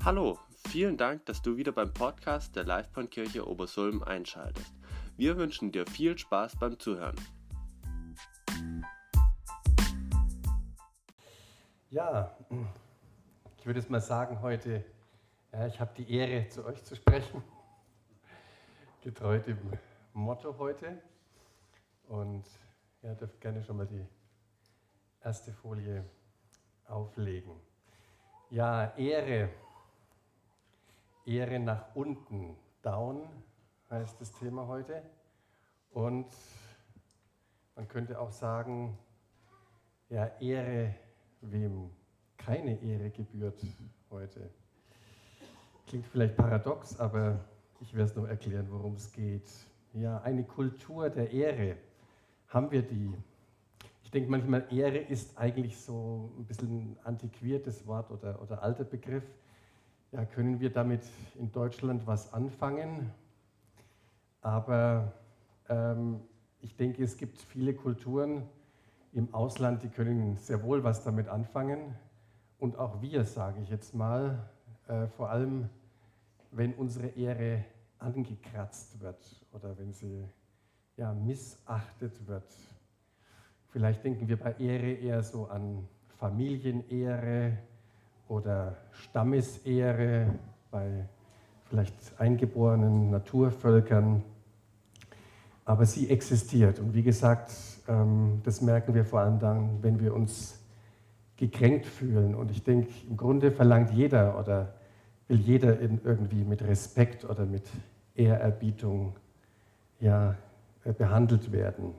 Hallo, vielen Dank, dass du wieder beim Podcast der Livebahnkirche Obersulm einschaltest. Wir wünschen dir viel Spaß beim Zuhören. Ja, ich würde es mal sagen heute, ich habe die Ehre, zu euch zu sprechen, getreu dem Motto heute. Und ihr dürft gerne schon mal die erste Folie auflegen. Ja, Ehre nach unten, down heißt das Thema heute. Und man könnte auch sagen, ja, Ehre, wem keine Ehre gebührt heute. Klingt vielleicht paradox, aber ich werde es noch erklären, worum es geht. Ja, eine Kultur der Ehre, haben wir die? Ich denke manchmal, Ehre ist eigentlich so ein bisschen ein antiquiertes Wort oder alter Begriff. Ja, können wir damit in Deutschland was anfangen? Aber ich denke, es gibt viele Kulturen im Ausland, die können sehr wohl was damit anfangen. Und auch wir, sage ich jetzt mal, vor allem, wenn unsere Ehre angekratzt wird oder wenn sie missachtet wird. Vielleicht denken wir bei Ehre eher so an Familienehre oder Stammesehre bei vielleicht eingeborenen Naturvölkern. Aber sie existiert. Und wie gesagt, das merken wir vor allem dann, wenn wir uns gekränkt fühlen. Und ich denke, im Grunde verlangt jeder oder will jeder irgendwie mit Respekt oder mit Ehrerbietung behandelt werden.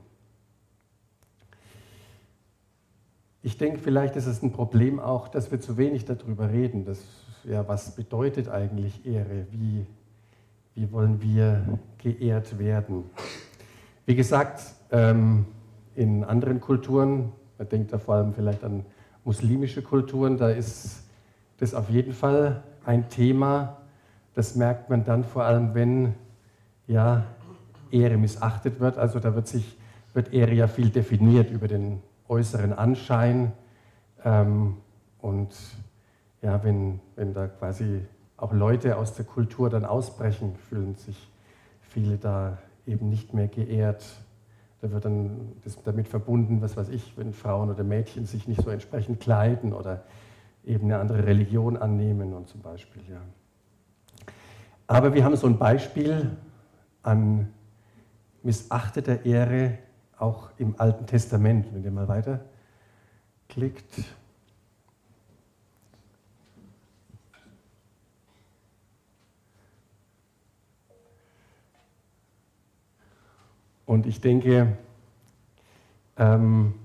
Ich denke, vielleicht ist es ein Problem auch, dass wir zu wenig darüber reden. Was bedeutet eigentlich Ehre? Wie wollen wir geehrt werden? Wie gesagt, in anderen Kulturen, man denkt da vor allem vielleicht an muslimische Kulturen, da ist das auf jeden Fall ein Thema. Das merkt man dann vor allem, wenn Ehre missachtet wird. Also da wird Ehre ja viel definiert über den äußeren Anschein. Wenn da quasi auch Leute aus der Kultur dann ausbrechen, fühlen sich viele da eben nicht mehr geehrt. Da wird dann das damit verbunden, was weiß ich, wenn Frauen oder Mädchen sich nicht so entsprechend kleiden oder eben eine andere Religion annehmen und zum Beispiel, ja. Aber wir haben so ein Beispiel an missachteter Ehre auch im Alten Testament, wenn ihr mal weiterklickt. Und ich denke da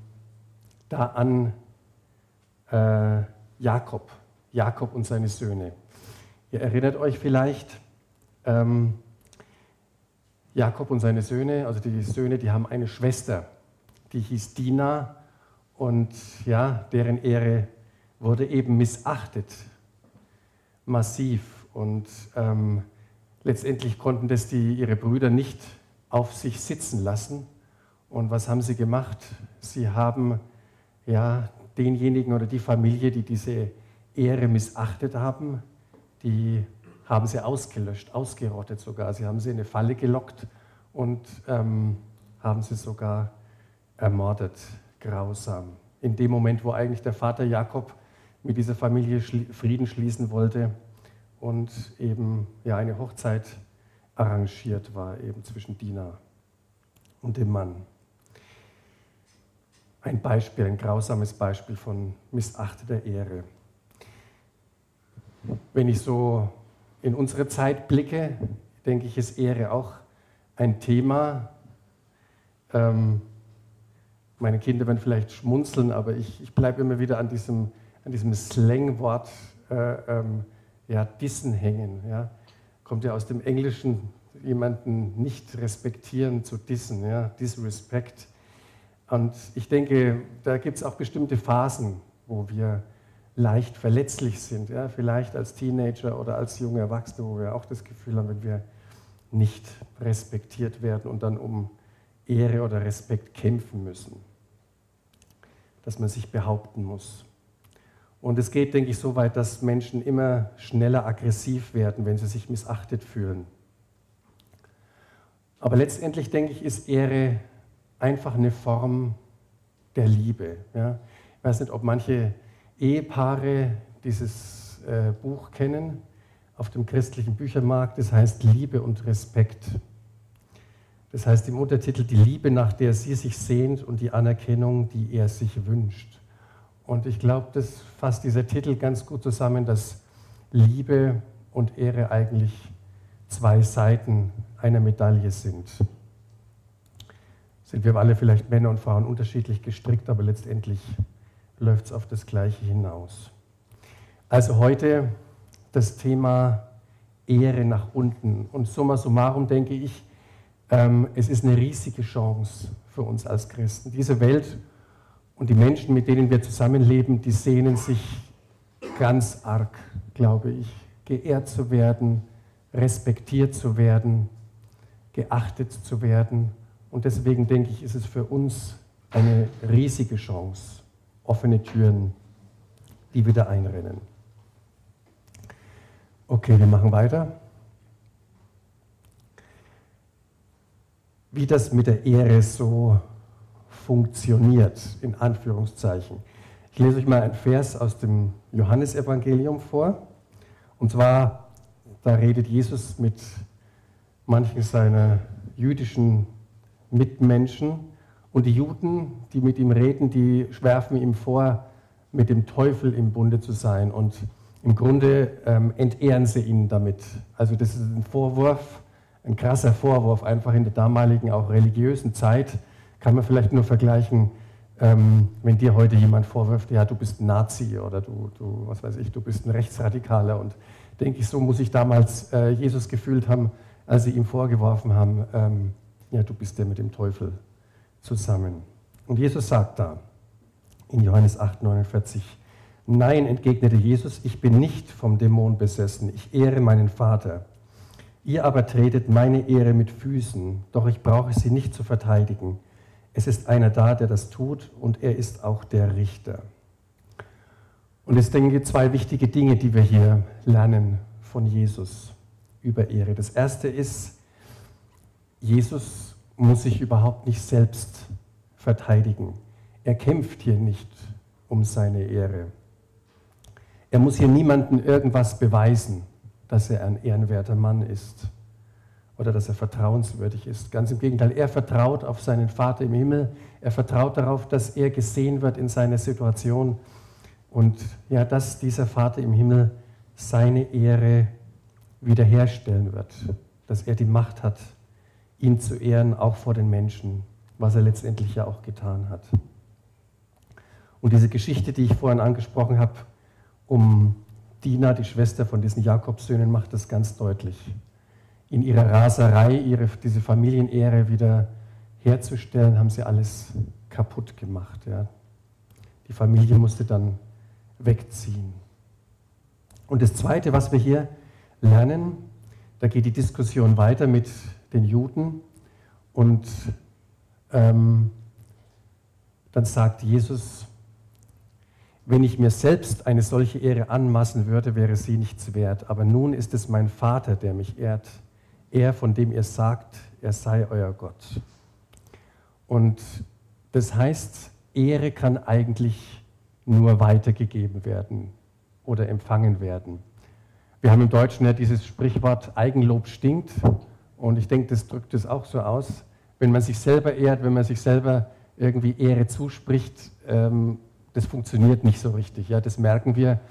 an Jakob und seine Söhne. Ihr erinnert euch vielleicht, Jakob und seine Söhne, also die Söhne, die haben eine Schwester, die hieß Dina und deren Ehre wurde eben missachtet, massiv. Und letztendlich konnten das ihre Brüder nicht auf sich sitzen lassen. Und was haben sie gemacht? Sie haben denjenigen oder die Familie, die diese Ehre missachtet haben, die haben sie ausgelöscht, ausgerottet sogar. Sie haben sie in eine Falle gelockt und haben sie sogar ermordet, grausam. In dem Moment, wo eigentlich der Vater Jakob mit dieser Familie Frieden schließen wollte und eben eine Hochzeit arrangiert war, eben zwischen Dina und dem Mann. Ein Beispiel, ein grausames Beispiel von missachteter Ehre. Wenn ich so in unsere Zeit blicke, denke ich, ist Ehre auch ein Thema. Meine Kinder werden vielleicht schmunzeln, aber ich bleibe immer wieder an diesem Slangwort dissen hängen. Ja. Kommt ja aus dem Englischen, jemanden nicht respektieren zu dissen, disrespect. Und ich denke, da gibt es auch bestimmte Phasen, wo wir leicht verletzlich sind. Ja? Vielleicht als Teenager oder als junge Erwachsene, wo wir auch das Gefühl haben, wenn wir nicht respektiert werden und dann um Ehre oder Respekt kämpfen müssen, dass man sich behaupten muss. Und es geht, denke ich, so weit, dass Menschen immer schneller aggressiv werden, wenn sie sich missachtet fühlen. Aber letztendlich, denke ich, ist Ehre einfach eine Form der Liebe. Ja? Ich weiß nicht, ob manche Ehepaare dieses Buch kennen, auf dem christlichen Büchermarkt. Das heißt Liebe und Respekt. Das heißt im Untertitel die Liebe, nach der sie sich sehnt und die Anerkennung, die er sich wünscht. Und ich glaube, das fasst dieser Titel ganz gut zusammen, dass Liebe und Ehre eigentlich zwei Seiten einer Medaille sind. Sind wir alle vielleicht Männer und Frauen unterschiedlich gestrickt, aber letztendlich läuft es auf das Gleiche hinaus. Also heute das Thema Ehre nach unten. Und summa summarum denke ich, es ist eine riesige Chance für uns als Christen. Diese Welt und die Menschen, mit denen wir zusammenleben, die sehnen sich ganz arg, glaube ich, geehrt zu werden, respektiert zu werden, geachtet zu werden. Und deswegen denke ich, ist es für uns eine riesige Chance, offene Türen, die wieder einrennen. Okay, wir machen weiter. Wie das mit der Ehre so funktioniert, in Anführungszeichen. Ich lese euch mal einen Vers aus dem Johannesevangelium vor. Und zwar, da redet Jesus mit manchen seiner jüdischen Mitmenschen. Und die Juden, die mit ihm reden, die schwerfen ihm vor, mit dem Teufel im Bunde zu sein. Und im Grunde entehren sie ihn damit. Also das ist ein Vorwurf, ein krasser Vorwurf, einfach in der damaligen, auch religiösen Zeit. Kann man vielleicht nur vergleichen, wenn dir heute jemand vorwirft, ja, du bist ein Nazi oder du was weiß ich, du bist ein Rechtsradikaler. Und denke ich, so muss sich damals Jesus gefühlt haben, als sie ihm vorgeworfen haben, ja, du bist der mit dem Teufel zusammen. Und Jesus sagt da in Johannes 8,49, nein, entgegnete Jesus, ich bin nicht vom Dämon besessen, ich ehre meinen Vater. Ihr aber tretet meine Ehre mit Füßen, doch ich brauche sie nicht zu verteidigen. Es ist einer da, der das tut, und er ist auch der Richter. Und es denke ich, zwei wichtige Dinge, die wir hier lernen von Jesus über Ehre. Das erste ist, Jesus muss sich überhaupt nicht selbst verteidigen. Er kämpft hier nicht um seine Ehre. Er muss hier niemandem irgendwas beweisen, dass er ein ehrenwerter Mann ist oder dass er vertrauenswürdig ist. Ganz im Gegenteil, er vertraut auf seinen Vater im Himmel. Er vertraut darauf, dass er gesehen wird in seiner Situation und ja, dass dieser Vater im Himmel seine Ehre wiederherstellen wird, dass er die Macht hat, ihn zu ehren, auch vor den Menschen, was er letztendlich ja auch getan hat. Und diese Geschichte, die ich vorhin angesprochen habe, um Dina, die Schwester von diesen Jakobssöhnen, macht das ganz deutlich. In ihrer Raserei, diese Familienehre wieder herzustellen, haben sie alles kaputt gemacht. Ja. Die Familie musste dann wegziehen. Und das Zweite, was wir hier lernen, da geht die Diskussion weiter mit den Juden und dann sagt Jesus, wenn ich mir selbst eine solche Ehre anmaßen würde, wäre sie nichts wert. Aber nun ist es mein Vater, der mich ehrt. Er, von dem ihr sagt, er sei euer Gott. Und das heißt, Ehre kann eigentlich nur weitergegeben werden oder empfangen werden. Wir haben im Deutschen ja dieses Sprichwort, Eigenlob stinkt. Und ich denke, das drückt es auch so aus. Wenn man sich selber ehrt, wenn man sich selber irgendwie Ehre zuspricht, das funktioniert nicht so richtig. Ja, das merken wir.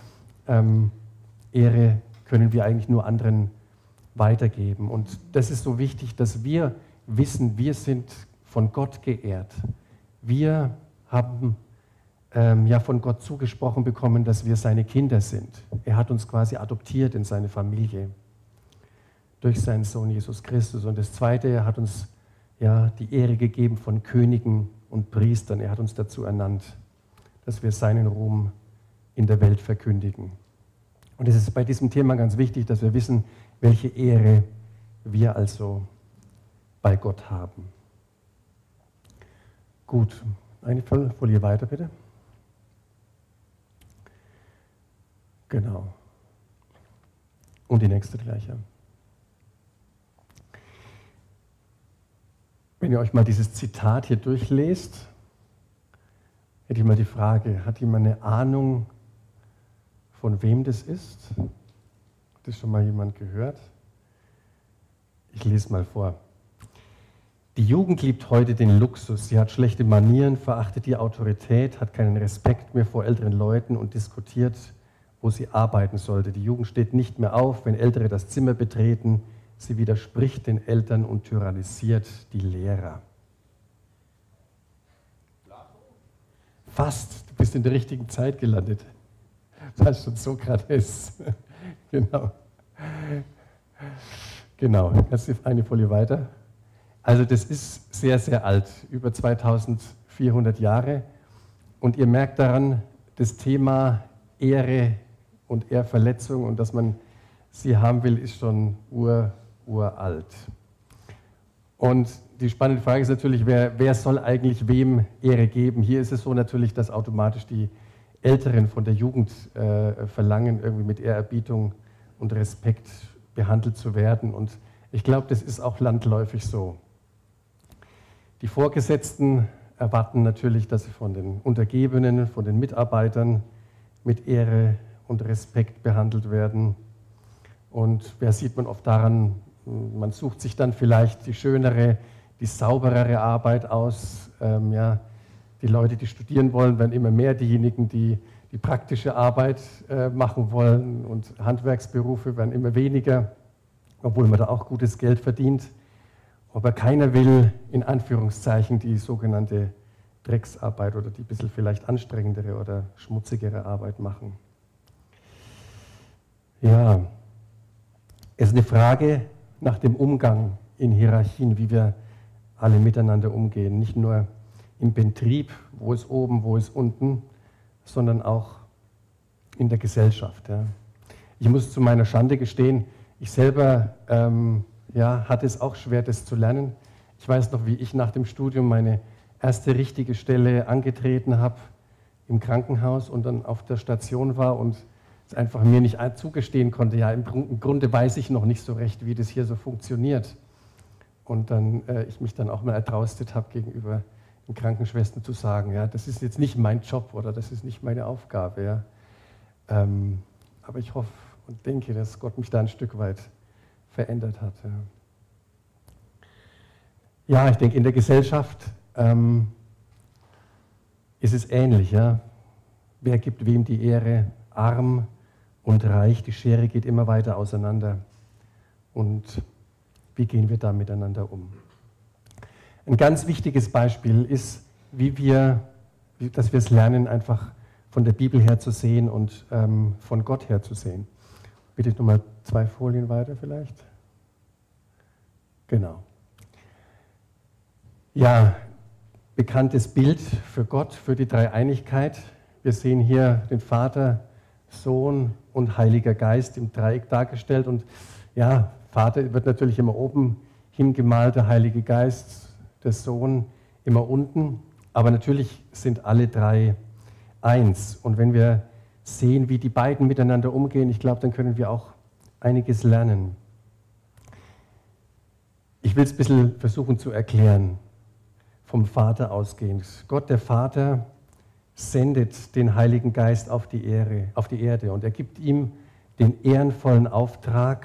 Ehre können wir eigentlich nur anderen weitergeben. Und das ist so wichtig, dass wir wissen, wir sind von Gott geehrt. Wir haben ja von Gott zugesprochen bekommen, dass wir seine Kinder sind. Er hat uns quasi adoptiert in seine Familie durch seinen Sohn Jesus Christus. Und das Zweite, er hat uns ja die Ehre gegeben von Königen und Priestern. Er hat uns dazu ernannt, dass wir seinen Ruhm in der Welt verkündigen. Und es ist bei diesem Thema ganz wichtig, dass wir wissen, welche Ehre wir also bei Gott haben. Gut, eine Folie weiter bitte. Genau. Und die nächste gleiche. Wenn ihr euch mal dieses Zitat hier durchlest, hätte ich mal die Frage, hat jemand eine Ahnung, von wem das ist? Hat das schon mal jemand gehört? Ich lese mal vor. Die Jugend liebt heute den Luxus. Sie hat schlechte Manieren, verachtet die Autorität, hat keinen Respekt mehr vor älteren Leuten und diskutiert, wo sie arbeiten sollte. Die Jugend steht nicht mehr auf, wenn Ältere das Zimmer betreten. Sie widerspricht den Eltern und tyrannisiert die Lehrer. Fast, du bist in der richtigen Zeit gelandet. Das war schon Sokrates. Genau. Genau, jetzt eine Folie weiter. Also das ist sehr, sehr alt, über 2400 Jahre. Und ihr merkt daran, das Thema Ehre und Ehrverletzung und dass man sie haben will, ist schon uralt. Und die spannende Frage ist natürlich, wer soll eigentlich wem Ehre geben? Hier ist es so natürlich, dass automatisch die Älteren von der Jugend verlangen, irgendwie mit Ehrerbietung und Respekt behandelt zu werden. Und ich glaube, das ist auch landläufig so. Die Vorgesetzten erwarten natürlich, dass sie von den Untergebenen, von den Mitarbeitern mit Ehre und Respekt behandelt werden. Und wer sieht man oft daran, man sucht sich dann vielleicht die schönere, die sauberere Arbeit aus. Die Leute, die studieren wollen, werden immer mehr diejenigen, die die praktische Arbeit machen wollen. Und Handwerksberufe werden immer weniger, obwohl man da auch gutes Geld verdient. Aber keiner will, in Anführungszeichen, die sogenannte Drecksarbeit oder die ein bisschen vielleicht anstrengendere oder schmutzigere Arbeit machen. Ja, es ist eine Frage nach dem Umgang in Hierarchien, wie wir alle miteinander umgehen. Nicht nur im Betrieb, wo ist oben, wo ist unten, sondern auch in der Gesellschaft. Ja. Ich muss zu meiner Schande gestehen, ich selber hatte es auch schwer, das zu lernen. Ich weiß noch, wie ich nach dem Studium meine erste richtige Stelle angetreten habe im Krankenhaus und dann auf der Station war und es einfach mir nicht zugestehen konnte. Ja, im Grunde weiß ich noch nicht so recht, wie das hier so funktioniert. Und dann ich mich dann auch mal ertraustet habe, gegenüber den Krankenschwestern zu sagen, ja, das ist jetzt nicht mein Job oder das ist nicht meine Aufgabe. Ja. Aber ich hoffe und denke, dass Gott mich da ein Stück weit verändert hat. Ja, ich denke, in der Gesellschaft ist es ähnlich. Ja. Wer gibt wem die Ehre? Arm und reich, die Schere geht immer weiter auseinander. Und wie gehen wir da miteinander um? Ein ganz wichtiges Beispiel ist, dass wir es lernen, einfach von der Bibel her zu sehen und von Gott her zu sehen. Bitte nochmal 2 Folien weiter vielleicht. Genau. Ja, bekanntes Bild für Gott, für die Dreieinigkeit. Wir sehen hier den Vater, Sohn und Heiliger Geist im Dreieck dargestellt. Und ja, Vater wird natürlich immer oben hingemalt, der Heilige Geist, der Sohn immer unten. Aber natürlich sind alle drei eins. Und wenn wir sehen, wie die beiden miteinander umgehen, ich glaube, dann können wir auch einiges lernen. Ich will es ein bisschen versuchen zu erklären, vom Vater ausgehend. Gott, der Vater, sendet den Heiligen Geist auf die Erde und er gibt ihm den ehrenvollen Auftrag,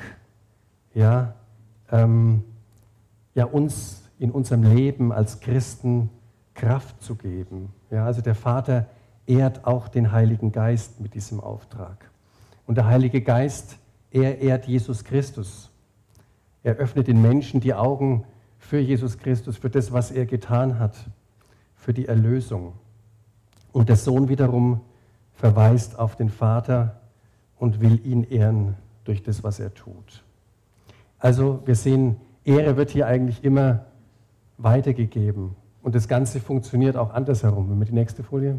uns in unserem Leben als Christen Kraft zu geben. Ja, also der Vater ehrt auch den Heiligen Geist mit diesem Auftrag. Und der Heilige Geist, er ehrt Jesus Christus. Er öffnet den Menschen die Augen für Jesus Christus, für das, was er getan hat, für die Erlösung. Und der Sohn wiederum verweist auf den Vater und will ihn ehren durch das, was er tut. Also wir sehen, Ehre wird hier eigentlich immer weitergegeben. Und das Ganze funktioniert auch andersherum. Wenn wir die nächste Folie.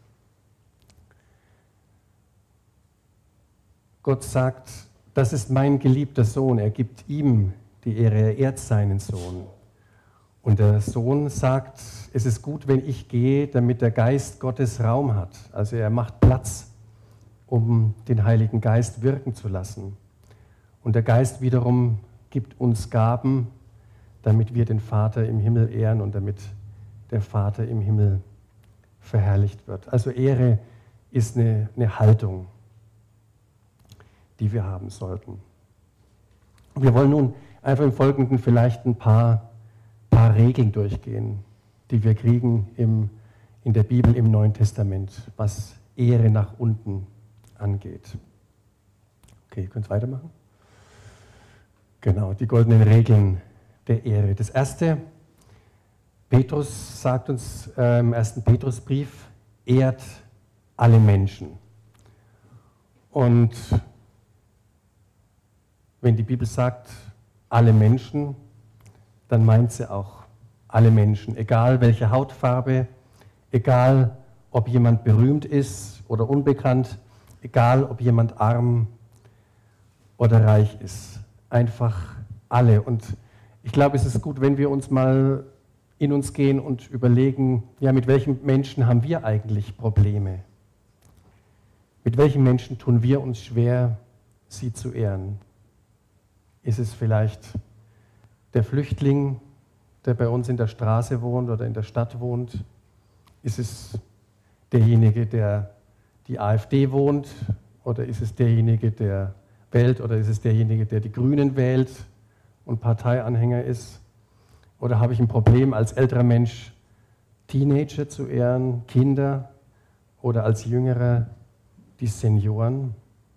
Gott sagt, das ist mein geliebter Sohn. Er gibt ihm die Ehre, er ehrt seinen Sohn. Und der Sohn sagt, es ist gut, wenn ich gehe, damit der Geist Gottes Raum hat. Also er macht Platz um den Heiligen Geist wirken zu lassen. Und der Geist wiederum gibt uns Gaben, damit wir den Vater im Himmel ehren und damit der Vater im Himmel verherrlicht wird. Also Ehre ist eine Haltung, die wir haben sollten. Wir wollen nun einfach im Folgenden vielleicht ein paar Regeln durchgehen, die wir kriegen in der Bibel im Neuen Testament, was Ehre nach unten angeht. Okay, ihr könnt weitermachen. Genau, die goldenen Regeln der Ehre. Das erste, Petrus sagt uns im 1. Petrusbrief, ehrt alle Menschen. Und wenn die Bibel sagt, alle Menschen, dann meint sie auch alle Menschen, egal welche Hautfarbe, egal ob jemand berühmt ist oder unbekannt, egal ob jemand arm oder reich ist. Einfach alle. Und ich glaube, es ist gut, wenn wir uns mal in uns gehen und überlegen, ja, mit welchen Menschen haben wir eigentlich Probleme? Mit welchen Menschen tun wir uns schwer, sie zu ehren? Ist es vielleicht der Flüchtling, der bei uns in der Straße wohnt oder in der Stadt wohnt? Ist es derjenige, der die AfD wohnt? Oder ist es derjenige, der wählt? Oder ist es derjenige, der die Grünen wählt und Parteianhänger ist? Oder habe ich ein Problem als älterer Mensch, Teenager zu ehren, Kinder oder als Jüngerer die Senioren?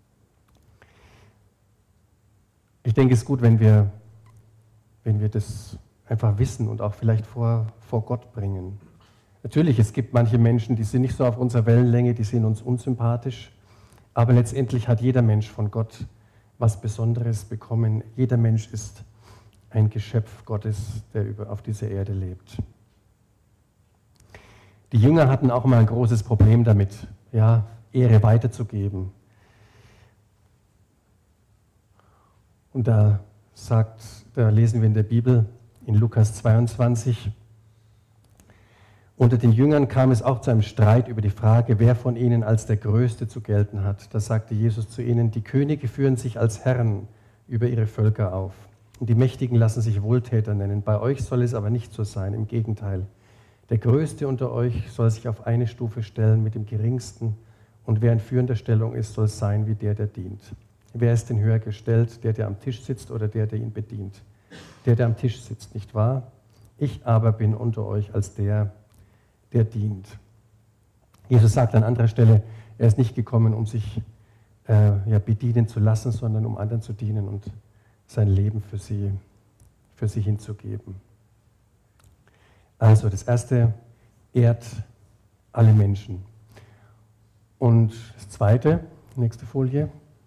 Ich denke, es ist gut, wenn wir das einfach wissen und auch vielleicht vor Gott bringen. Natürlich, es gibt manche Menschen, die sind nicht so auf unserer Wellenlänge, die sind uns unsympathisch, aber letztendlich hat jeder Mensch von Gott was Besonderes bekommen. Jeder Mensch ist ein Geschöpf Gottes, der auf dieser Erde lebt. Die Jünger hatten auch mal ein großes Problem damit, ja, Ehre weiterzugeben. Und da lesen wir in der Bibel in Lukas 22, unter den Jüngern kam es auch zu einem Streit über die Frage, wer von ihnen als der Größte zu gelten hat. Da sagte Jesus zu ihnen, die Könige führen sich als Herren über ihre Völker auf. Und die Mächtigen lassen sich Wohltäter nennen. Bei euch soll es aber nicht so sein, im Gegenteil. Der Größte unter euch soll sich auf eine Stufe stellen mit dem Geringsten. Und wer in führender Stellung ist, soll sein wie der dient. Wer ist denn höher gestellt, der am Tisch sitzt oder der ihn bedient? Der am Tisch sitzt, nicht wahr? Ich aber bin unter euch als der dient. Jesus sagt an anderer Stelle, er ist nicht gekommen, um sich bedienen zu lassen, sondern um anderen zu dienen und sein Leben für sie hinzugeben. Also das Erste, ehrt alle Menschen. Und das Zweite, nächste Folie.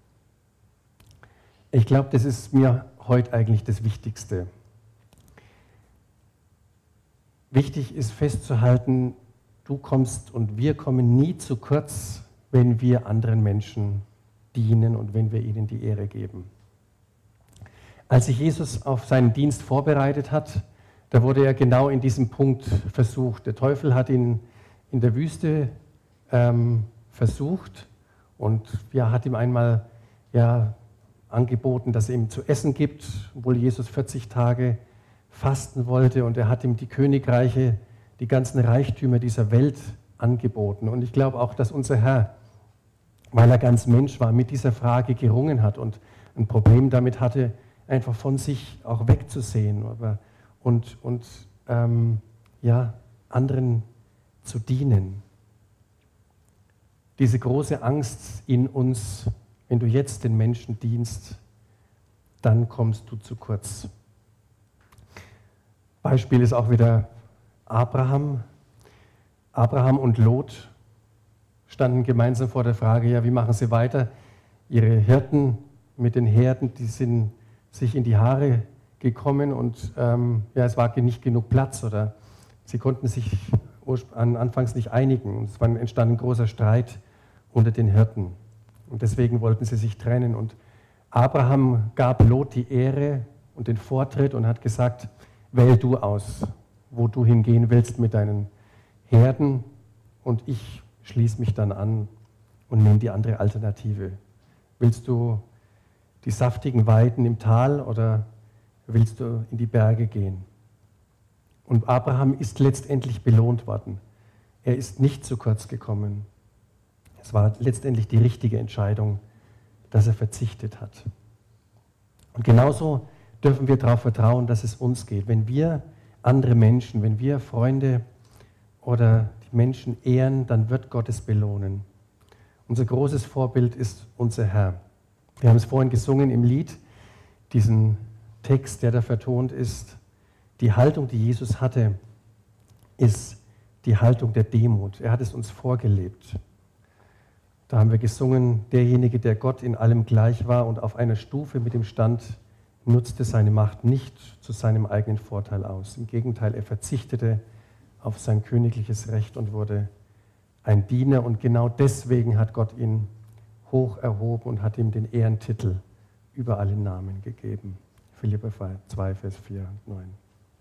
Ich glaube, das ist mir heute eigentlich das Wichtigste. Wichtig ist festzuhalten, du kommst und wir kommen nie zu kurz, wenn wir anderen Menschen dienen und wenn wir ihnen die Ehre geben. Als sich Jesus auf seinen Dienst vorbereitet hat, da wurde er genau in diesem Punkt versucht. Der Teufel hat ihn in der Wüste versucht und hat ihm einmal angeboten, dass er ihm zu essen gibt, obwohl Jesus 40 Tage fasten wollte, und er hat ihm die Königreiche, die ganzen Reichtümer dieser Welt angeboten. Und ich glaube auch, dass unser Herr, weil er ganz Mensch war, mit dieser Frage gerungen hat und ein Problem damit hatte, einfach von sich auch wegzusehen und anderen zu dienen. Diese große Angst in uns, wenn du jetzt den Menschen dienst, dann kommst du zu kurz. Beispiel ist auch wieder Abraham. Abraham und Lot standen gemeinsam vor der Frage, ja, wie machen sie weiter? Ihre Hirten mit den Herden, die sind sich in die Haare gekommen und es war nicht genug Platz oder sie konnten sich anfangs nicht einigen. Es entstand ein großer Streit unter den Hirten und deswegen wollten sie sich trennen. Und Abraham gab Lot die Ehre und den Vortritt und hat gesagt, wähl du aus, wo du hingehen willst mit deinen Herden und ich schließe mich dann an und nimm die andere Alternative. Willst du die saftigen Weiden im Tal oder willst du in die Berge gehen? Und Abraham ist letztendlich belohnt worden. Er ist nicht zu kurz gekommen. Es war letztendlich die richtige Entscheidung, dass er verzichtet hat. Und genauso dürfen wir darauf vertrauen, dass es uns geht. Wenn wir andere Menschen, wenn wir Freunde oder die Menschen ehren, dann wird Gott es belohnen. Unser großes Vorbild ist unser Herr. Wir haben es vorhin gesungen im Lied, diesen Text, der da vertont ist. Die Haltung, die Jesus hatte, ist die Haltung der Demut. Er hat es uns vorgelebt. Da haben wir gesungen, derjenige, der Gott in allem gleich war und auf einer Stufe mit ihm stand, nutzte seine Macht nicht zu seinem eigenen Vorteil aus. Im Gegenteil, er verzichtete auf sein königliches Recht und wurde ein Diener. Und genau deswegen hat Gott ihn hoch erhoben und hat ihm den Ehrentitel über alle Namen gegeben. Philipper 2, Vers 4 und 9.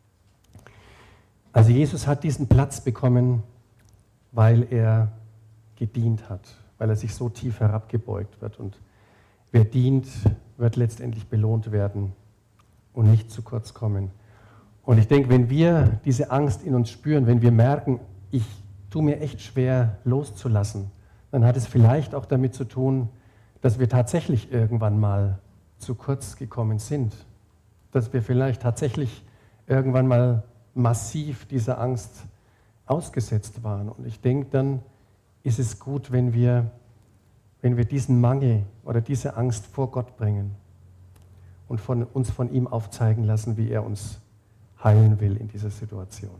Also Jesus hat diesen Platz bekommen, weil er gedient hat, weil er sich so tief herabgebeugt wird. Und wer dient, wird letztendlich belohnt werden und nicht zu kurz kommen. Und ich denke, wenn wir diese Angst in uns spüren, wenn wir merken, ich tue mir echt schwer loszulassen, dann hat es vielleicht auch damit zu tun, dass wir tatsächlich irgendwann mal zu kurz gekommen sind. Dass wir vielleicht tatsächlich irgendwann mal massiv dieser Angst ausgesetzt waren. Und ich denke, dann ist es gut, wenn wir diesen Mangel oder diese Angst vor Gott bringen und uns von ihm aufzeigen lassen, wie er uns heilen will in dieser Situation.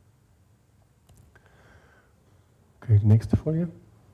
Okay, die nächste Folie.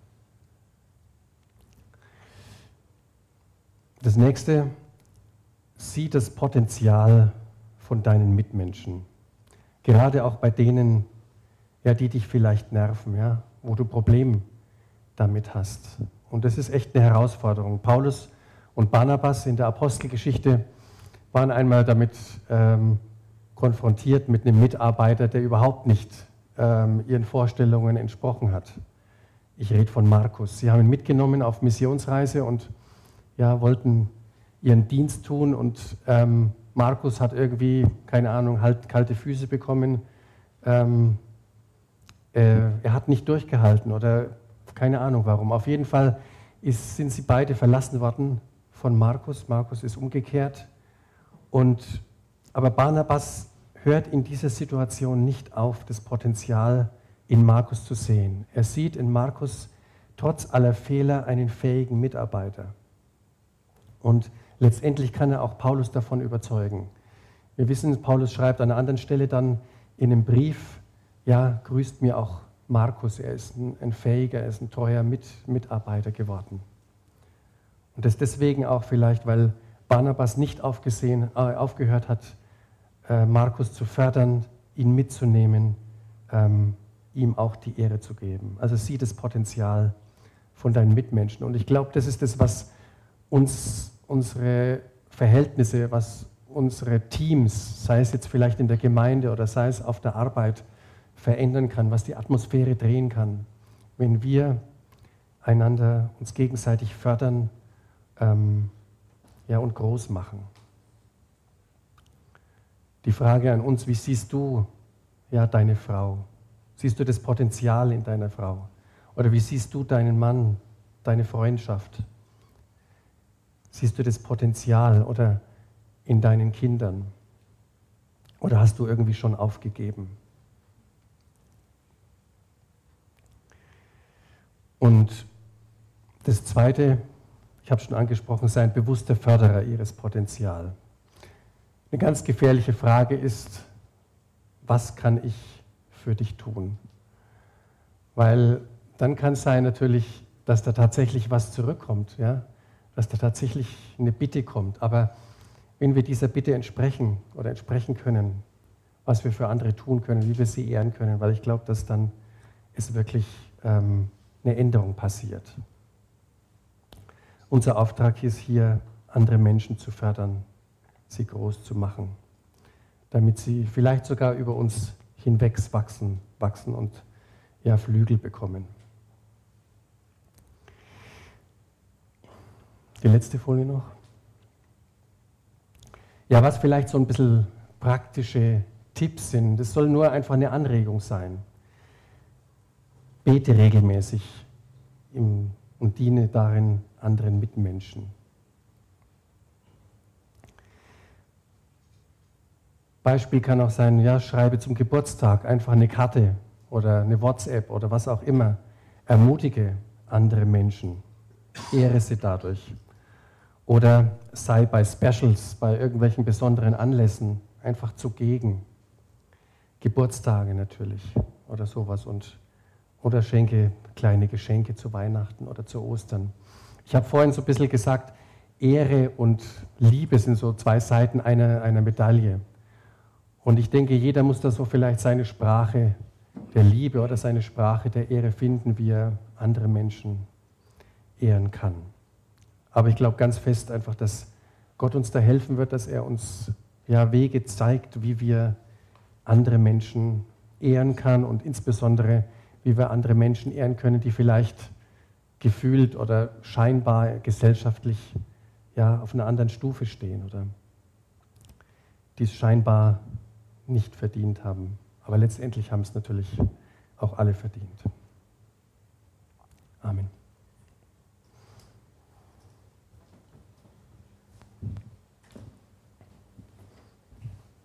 Das nächste, sieh das Potenzial von deinen Mitmenschen. Gerade auch bei denen, ja, die dich vielleicht nerven, ja, wo du Probleme damit hast. Und das ist echt eine Herausforderung. Paulus und Barnabas in der Apostelgeschichte waren einmal damit konfrontiert mit einem Mitarbeiter, der überhaupt nicht ihren Vorstellungen entsprochen hat. Ich rede von Markus. Sie haben ihn mitgenommen auf Missionsreise und ja, wollten ihren Dienst tun und Markus hat irgendwie, keine Ahnung, halt kalte Füße bekommen. Er hat nicht durchgehalten oder keine Ahnung warum. Auf jeden Fall sind sie beide verlassen worden von Markus. Markus ist umgekehrt. Aber Barnabas hört in dieser Situation nicht auf, das Potenzial in Markus zu sehen. Er sieht in Markus trotz aller Fehler einen fähigen Mitarbeiter. Und letztendlich kann er auch Paulus davon überzeugen. Wir wissen, Paulus schreibt an einer anderen Stelle dann in einem Brief, ja, grüßt mir auch Markus, er ist ein fähiger, er ist ein treuer Mitarbeiter geworden. Und das deswegen auch vielleicht, weil Barnabas nicht aufgehört hat, Markus zu fördern, ihn mitzunehmen, ihm auch die Ehre zu geben. Also sieh das Potenzial von deinen Mitmenschen. Und ich glaube, das ist das, was unsere Verhältnisse, was unsere Teams, sei es jetzt vielleicht in der Gemeinde oder sei es auf der Arbeit, verändern kann, was die Atmosphäre drehen kann, wenn wir einander uns gegenseitig fördern und groß machen. Die Frage an uns, wie siehst du deine Frau? Siehst du das Potenzial in deiner Frau? Oder wie siehst du deinen Mann, deine Freundschaft? Siehst du das Potenzial oder in deinen Kindern? Oder hast du irgendwie schon aufgegeben? Und das Zweite, ich habe schon angesprochen, sei ein bewusster Förderer ihres Potenzials. Eine ganz gefährliche Frage ist, was kann ich für dich tun? Weil dann kann es sein natürlich, dass da tatsächlich was zurückkommt, ja? Dass da tatsächlich eine Bitte kommt. Aber wenn wir dieser Bitte entsprechen können, was wir für andere tun können, wie wir sie ehren können, weil ich glaube, dass dann es wirklich eine Änderung passiert. Unser Auftrag ist hier, andere Menschen zu fördern, sie groß zu machen, damit sie vielleicht sogar über uns hinweg wachsen und Flügel bekommen. Die letzte Folie noch. Ja, was vielleicht so ein bisschen praktische Tipps sind, das soll nur einfach eine Anregung sein. Bete regelmäßig und diene darin anderen Mitmenschen. Beispiel kann auch sein, ja, schreibe zum Geburtstag einfach eine Karte oder eine WhatsApp oder was auch immer. Ermutige andere Menschen, ehre sie dadurch. Oder sei bei Specials, bei irgendwelchen besonderen Anlässen einfach zugegen. Geburtstage natürlich oder sowas. Oder schenke kleine Geschenke zu Weihnachten oder zu Ostern. Ich habe vorhin so ein bisschen gesagt, Ehre und Liebe sind so zwei Seiten einer Medaille. Und ich denke, jeder muss da so vielleicht seine Sprache der Liebe oder seine Sprache der Ehre finden, wie er andere Menschen ehren kann. Aber ich glaube ganz fest einfach, dass Gott uns da helfen wird, dass er uns Wege zeigt, wie wir andere Menschen ehren kann und insbesondere, wie wir andere Menschen ehren können, die vielleicht gefühlt oder scheinbar gesellschaftlich auf einer anderen Stufe stehen oder die es scheinbar nicht verdient haben. Aber letztendlich haben es natürlich auch alle verdient.